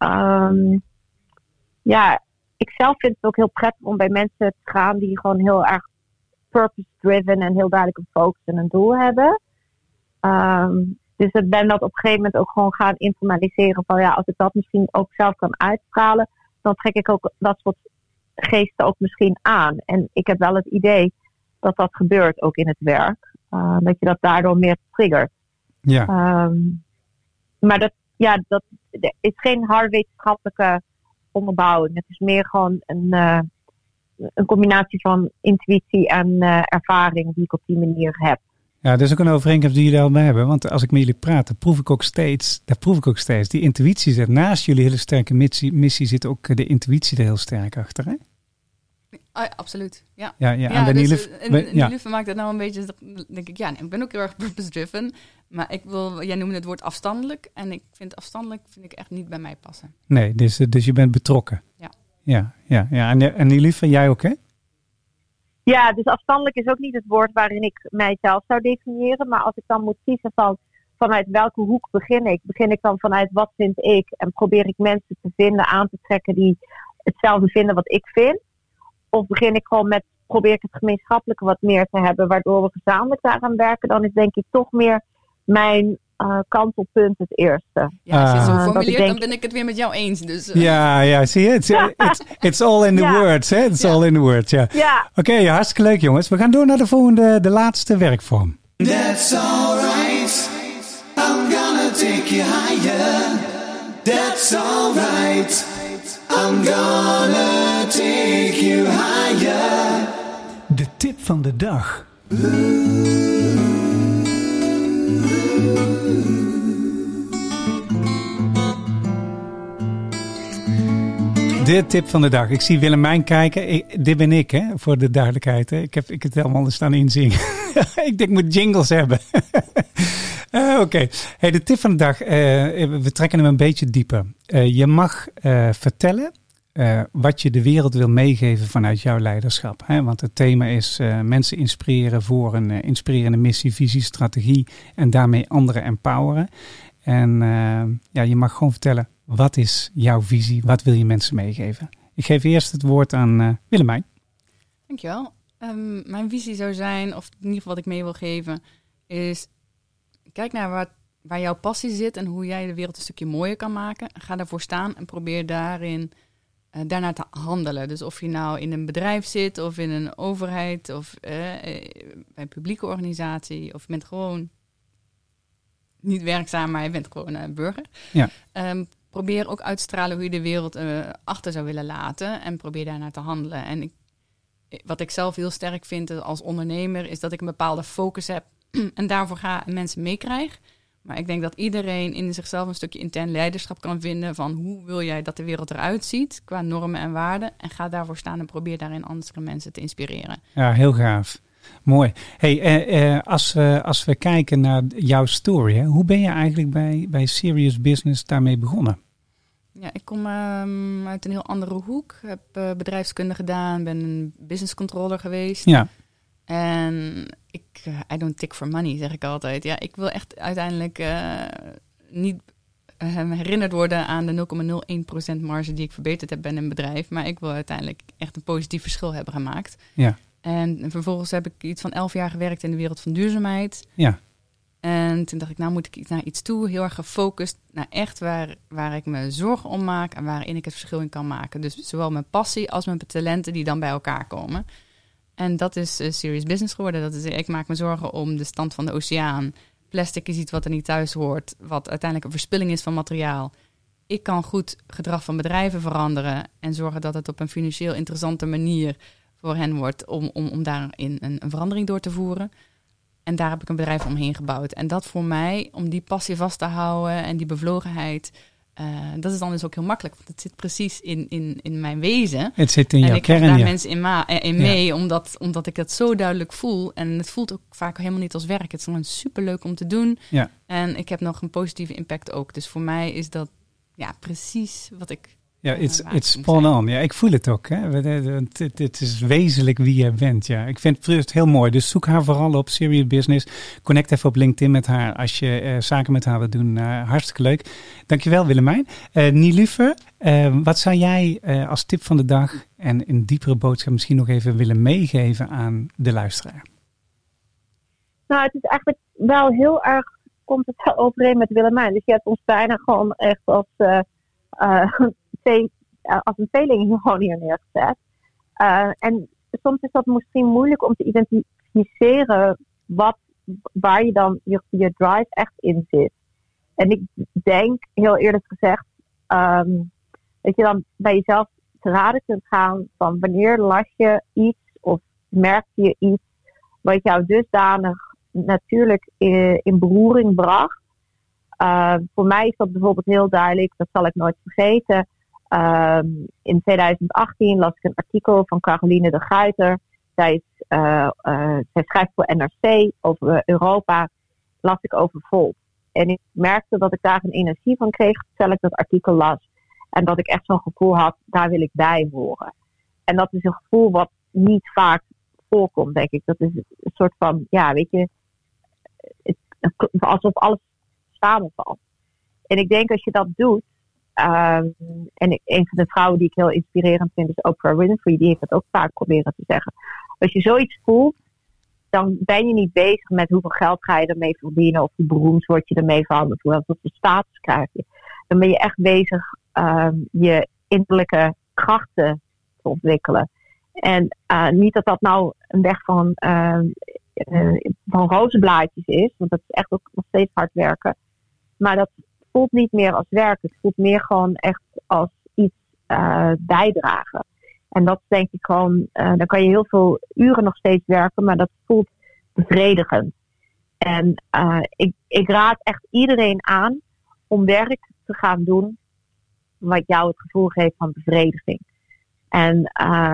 ik zelf vind het ook heel prettig om bij mensen te gaan die gewoon heel erg purpose-driven en heel duidelijk een focus en een doel hebben. Dus ik ben dat op een gegeven moment ook gewoon gaan internaliseren van als ik dat misschien ook zelf kan uitstralen, dan trek ik ook dat soort geesten ook misschien aan. En ik heb wel het idee dat dat gebeurt ook in het werk. Dat je dat daardoor meer triggert. Ja. Maar dat is geen hard wetenschappelijke onderbouwing. Het is meer gewoon een combinatie van intuïtie en ervaring die ik op die manier heb. Ja, dat is ook een overeenkomst die jullie al bij hebben. Want als ik met jullie praat, dat proef ik ook steeds. Die intuïtie zit naast jullie hele sterke missie zit ook de intuïtie er heel sterk achter, hè? Absoluut, ja. En bij Nielieve maakt het nou een beetje, denk ik, ik ben ook heel erg purpose-driven. Maar jij noemde het woord afstandelijk. En ik vind afstandelijk echt niet bij mij passen. Nee, dus je bent betrokken. Ja. En Nielieve, jij ook, hè? Ja, dus afstandelijk is ook niet het woord waarin ik mijzelf zou definiëren. Maar als ik dan moet kiezen vanuit welke hoek begin ik dan vanuit wat vind ik? En probeer ik mensen te vinden, aan te trekken die hetzelfde vinden wat ik vind? Of begin ik gewoon probeer ik het gemeenschappelijke wat meer te hebben, waardoor we gezamenlijk daaraan werken? Dan is denk ik toch meer mijn kantelpunt het eerste. Ja, als je het zo formuleert, dan ben ik het weer met jou eens. Dus, Ja, zie je? It's all in the words, hè? It's all in the words, ja. Oké, hartstikke leuk jongens. We gaan door naar de laatste werkvorm. That's alright. I'm gonna take you higher. That's alright. I'm gonna take you higher. De tip van de dag. De tip van de dag. Ik zie Willemijn kijken. Dit ben ik, hè, voor de duidelijkheid. Hè. Ik heb het allemaal staan inzingen. Ik denk, ik moet jingles hebben. Oké. Hey, de tip van de dag. We trekken hem een beetje dieper. Je mag vertellen wat je de wereld wil meegeven vanuit jouw leiderschap. Hè? Want het thema is mensen inspireren voor een inspirerende missie, visie, strategie. En daarmee anderen empoweren. En je mag gewoon vertellen, wat is jouw visie? Wat wil je mensen meegeven? Ik geef eerst het woord aan Willemijn. Dankjewel. Mijn visie zou zijn, of in ieder geval wat ik mee wil geven, is kijk naar waar jouw passie zit en hoe jij de wereld een stukje mooier kan maken. Ga daarvoor staan en probeer daarnaar te handelen. Dus of je nou in een bedrijf zit of in een overheid of bij een publieke organisatie of je bent gewoon niet werkzaam, maar je bent gewoon een burger. Ja. Probeer ook uit te stralen hoe je de wereld achter zou willen laten en probeer daarnaar te handelen. En wat ik zelf heel sterk vind als ondernemer is dat ik een bepaalde focus heb en daarvoor ga en mensen meekrijg. Maar ik denk dat iedereen in zichzelf een stukje intern leiderschap kan vinden van hoe wil jij dat de wereld eruit ziet qua normen en waarden. En ga daarvoor staan en probeer daarin andere mensen te inspireren. Ja, heel gaaf. Mooi. Hey, als we kijken naar jouw story, hè, hoe ben je eigenlijk bij Serious Business daarmee begonnen? Ja, ik kom uit een heel andere hoek. Ik heb bedrijfskunde gedaan, ben een business controller geweest. Ja. En I don't tick for money, zeg ik altijd. Ja, ik wil echt uiteindelijk niet herinnerd worden aan de 0,01% marge die ik verbeterd heb bij een bedrijf. Maar ik wil uiteindelijk echt een positief verschil hebben gemaakt. Ja. En vervolgens heb ik iets van 11 jaar gewerkt in de wereld van duurzaamheid. Ja. En toen dacht ik, nou moet ik naar iets toe, heel erg gefocust naar echt waar ik me zorgen om maak en waarin ik het verschil in kan maken. Dus zowel mijn passie als mijn talenten die dan bij elkaar komen. En dat is Serious Business geworden. Dat is, ik maak me zorgen om de stand van de oceaan. Plastic is iets wat er niet thuis hoort, wat uiteindelijk een verspilling is van materiaal. Ik kan goed gedrag van bedrijven veranderen en zorgen dat het op een financieel interessante manier voor hen wordt om daarin een verandering door te voeren. En daar heb ik een bedrijf omheen gebouwd. En dat voor mij, om die passie vast te houden en die bevlogenheid, dat is dan dus ook heel makkelijk. Want het zit precies in mijn wezen. Het zit in jouw kern. En ik krijg daar mensen in mee, omdat ik het zo duidelijk voel. En het voelt ook vaak helemaal niet als werk. Het is gewoon superleuk om te doen. Ja. En ik heb nog een positieve impact ook. Dus voor mij is dat precies wat ik... Ja, it's spot on. Ja, ik voel het ook. Hè. Het is wezenlijk wie je bent. Ja. Ik vind het heel mooi. Dus zoek haar vooral op Serious Business. Connect even op LinkedIn met haar als je zaken met haar wilt doen. Hartstikke leuk. Dankjewel Willemijn. Nilufer, wat zou jij als tip van de dag en een diepere boodschap misschien nog even willen meegeven aan de luisteraar? Nou, het is eigenlijk wel heel erg, komt het wel overeen met Willemijn. Dus je hebt ons bijna gewoon echt als een tweeling gewoon hier neergezet. En soms is dat misschien moeilijk om te identificeren waar je dan je drive echt in zit. En ik denk, heel eerlijk gezegd, dat je dan bij jezelf te raden kunt gaan van wanneer las je iets of merkte je iets wat jou dusdanig natuurlijk in beroering bracht. Voor mij is dat bijvoorbeeld heel duidelijk, dat zal ik nooit vergeten. In 2018 las ik een artikel van Caroline de Guiter. Zij schrijft voor NRC over Europa. Las ik over Volt. En ik merkte dat ik daar een energie van kreeg terwijl ik dat artikel las. En dat ik echt zo'n gevoel had, daar wil ik bij horen. En dat is een gevoel wat niet vaak voorkomt, denk ik. Dat is een soort van, ja, weet je, alsof alles samenvalt. En ik denk als je dat doet, en een van de vrouwen die ik heel inspirerend vind is Oprah Winfrey, die heeft het ook vaak proberen te zeggen. Als je zoiets voelt, dan ben je niet bezig met hoeveel geld ga je ermee verdienen of hoe beroemd word je ermee van of wat voor status krijg je. Dan ben je echt bezig je innerlijke krachten te ontwikkelen. En niet dat nou een weg van van rozenblaadjes is. Want dat is echt ook nog steeds hard werken. Maar dat voelt niet meer als werken. Het voelt meer gewoon echt als iets bijdragen. En dat denk ik gewoon, dan kan je heel veel uren nog steeds werken, maar dat voelt bevredigend. En ik raad echt iedereen aan om werk te gaan doen wat jou het gevoel geeft van bevrediging. En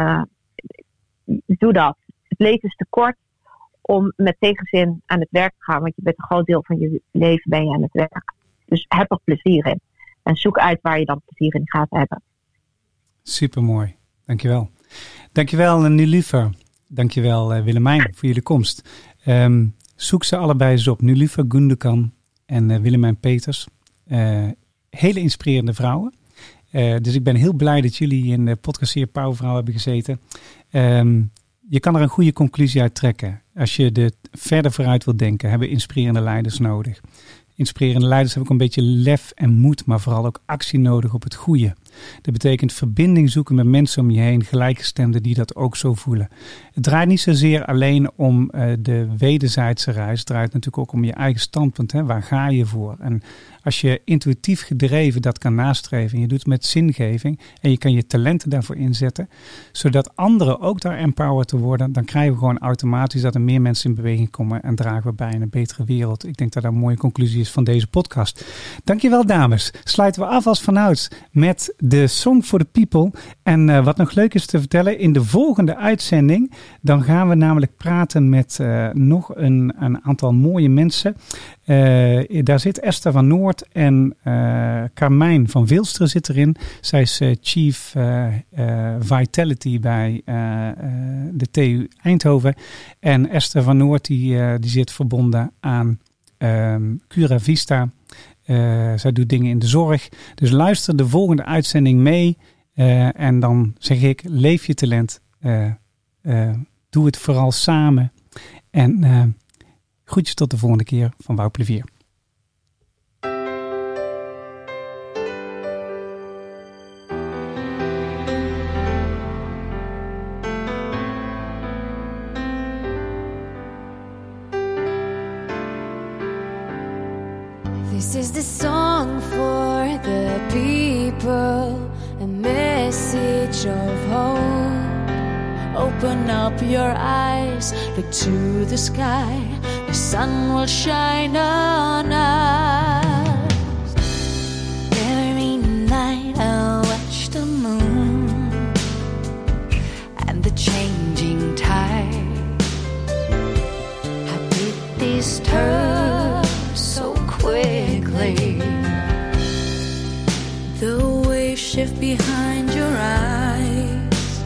doe dat. Het leven is te kort om met tegenzin aan het werk te gaan, want je bent een groot deel van je leven ben je aan het werk. Dus heb er plezier in. En zoek uit waar je dan plezier in gaat hebben. Supermooi. Dankjewel. Dankjewel Nilufer. Dankjewel Willemijn voor jullie komst. Zoek ze allebei eens op. Nilufer Gundogan en Willemijn Peters. Hele inspirerende vrouwen. Dus ik ben heel blij dat jullie in de podcastserie Powervrouw hebben gezeten. Je kan er een goede conclusie uit trekken. Als je er verder vooruit wilt denken, hebben we inspirerende leiders nodig. Inspirerende leiders hebben ook een beetje lef en moed, maar vooral ook actie nodig op het goede. Dat betekent verbinding zoeken met mensen om je heen, gelijkgestemden die dat ook zo voelen. Het draait niet zozeer alleen om de wederzijdse reis. Het draait natuurlijk ook om je eigen standpunt. Hè? Waar ga je voor? En als je intuïtief gedreven dat kan nastreven en je doet het met zingeving en je kan je talenten daarvoor inzetten, zodat anderen ook daar empowered te worden, dan krijgen we gewoon automatisch dat er meer mensen in beweging komen en dragen we bij aan een betere wereld. Ik denk dat dat een mooie conclusie is van deze podcast. Dankjewel dames. Sluiten we af als vanouds met de Song for the People. En wat nog leuk is te vertellen, in de volgende uitzending, dan gaan we namelijk praten met nog een aantal mooie mensen. Daar zit Esther van Noord en Carmijn van Wilsteren zit erin. Zij is Chief Vitality bij de TU Eindhoven. En Esther van Noord die zit verbonden aan Cura Vista. Zij doet dingen in de zorg. Dus luister de volgende uitzending mee. En dan zeg ik, leef je talent. Doe het vooral samen. En groetjes tot de volgende keer van Wout Plevier. This is the song for the people, a message of hope. Open up your eyes, look to the sky, the sun will shine on us. Every night I watch the moon and the changing tide. How did this turn so quickly? The waves shift behind your eyes.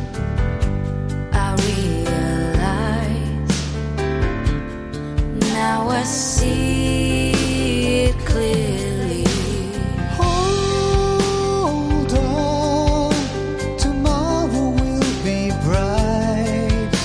I realize now I see it clearly. Hold on, tomorrow will be bright.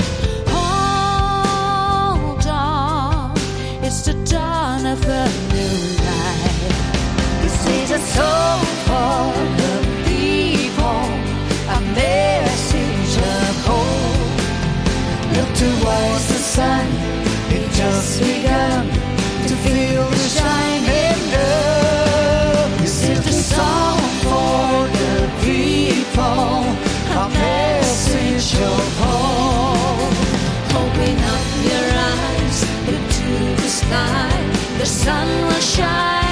Hold on, it's the dawn of a new life. This is a song for the people, a message of hope. Look towards the sun, it just begun to feel the shining love. This is the song for the people, a message of hope. Open up your eyes, look to the sky, the sun will shine.